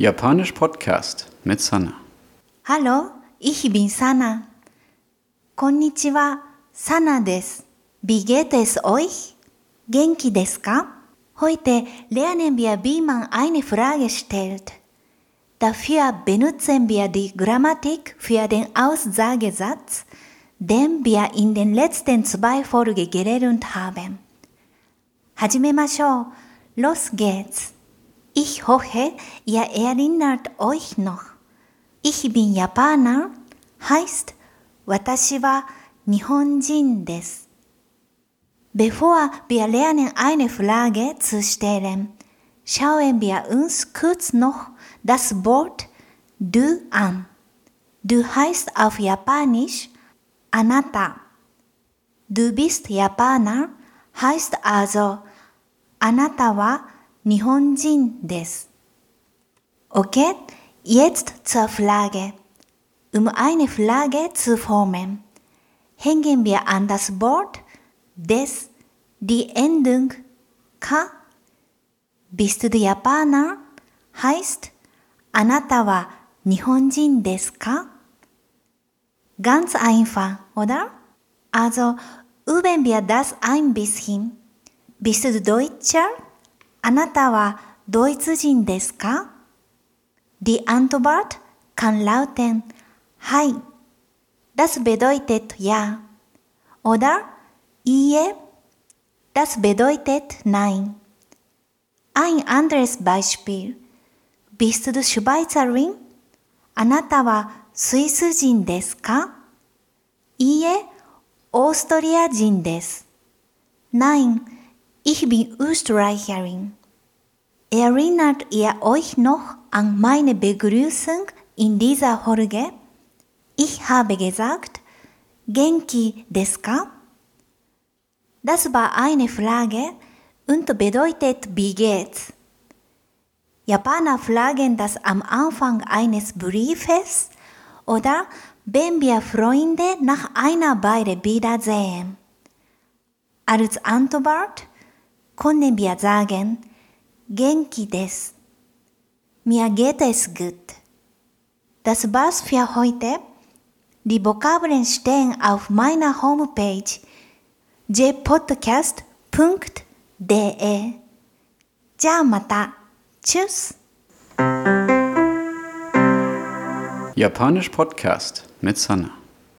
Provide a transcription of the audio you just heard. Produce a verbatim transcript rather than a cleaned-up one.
Japanisch Podcast mit Sana. Hallo, ich bin Sana. Konnichiwa, Sana des. Wie geht es euch? Genki desu ka? Heute lernen wir, wie man eine Frage stellt. Dafür benutzen wir die Grammatik für den Aussagesatz, den wir in den letzten zwei Folgen gelernt haben. Hajimemashou. Los geht's. Ich hoffe, ihr erinnert euch noch. Ich bin Japaner heißt Watashi wa Nihonjin desu. Bevor wir lernen, eine Frage zu stellen, schauen wir uns kurz noch das Wort du an. Du heißt auf Japanisch Anata. Du bist Japaner heißt also Anata wa Nihonjin desu. Okay, jetzt zur Frage. Um eine Frage zu formen, hängen wir an das Wort des die Endung ka. Bist du Japaner heißt Anata wa Nihonjin desu ka? Ganz einfach, oder? Also üben wir das ein bisschen. Bist du Deutscher? Anata wa Deutschjin desu ka? Die Antwort kann lauten Hai. Das bedeutet ja. Oder Ie. Das bedeutet nein. Ein anderes Beispiel. Bist du Schweizerin? Anata wa Swissjin desu ka? Ie, Austriachin desu. Nein, ich bin Österreicherin. Erinnert ihr euch noch an meine Begrüßung in dieser Folge? Ich habe gesagt, Genki desu ka? Das war eine Frage und bedeutet wie geht's? Japaner fragen das am Anfang eines Briefes oder wenn wir Freunde nach einer Weile wiedersehen. Als Antwort können wir sagen, Genki desu. Mir geht es gut. Das war's für heute. Die Vokabeln stehen auf meiner Homepage j podcast punkt de. じゃあまた。Tschüss. Japanisch Podcast mit Sana.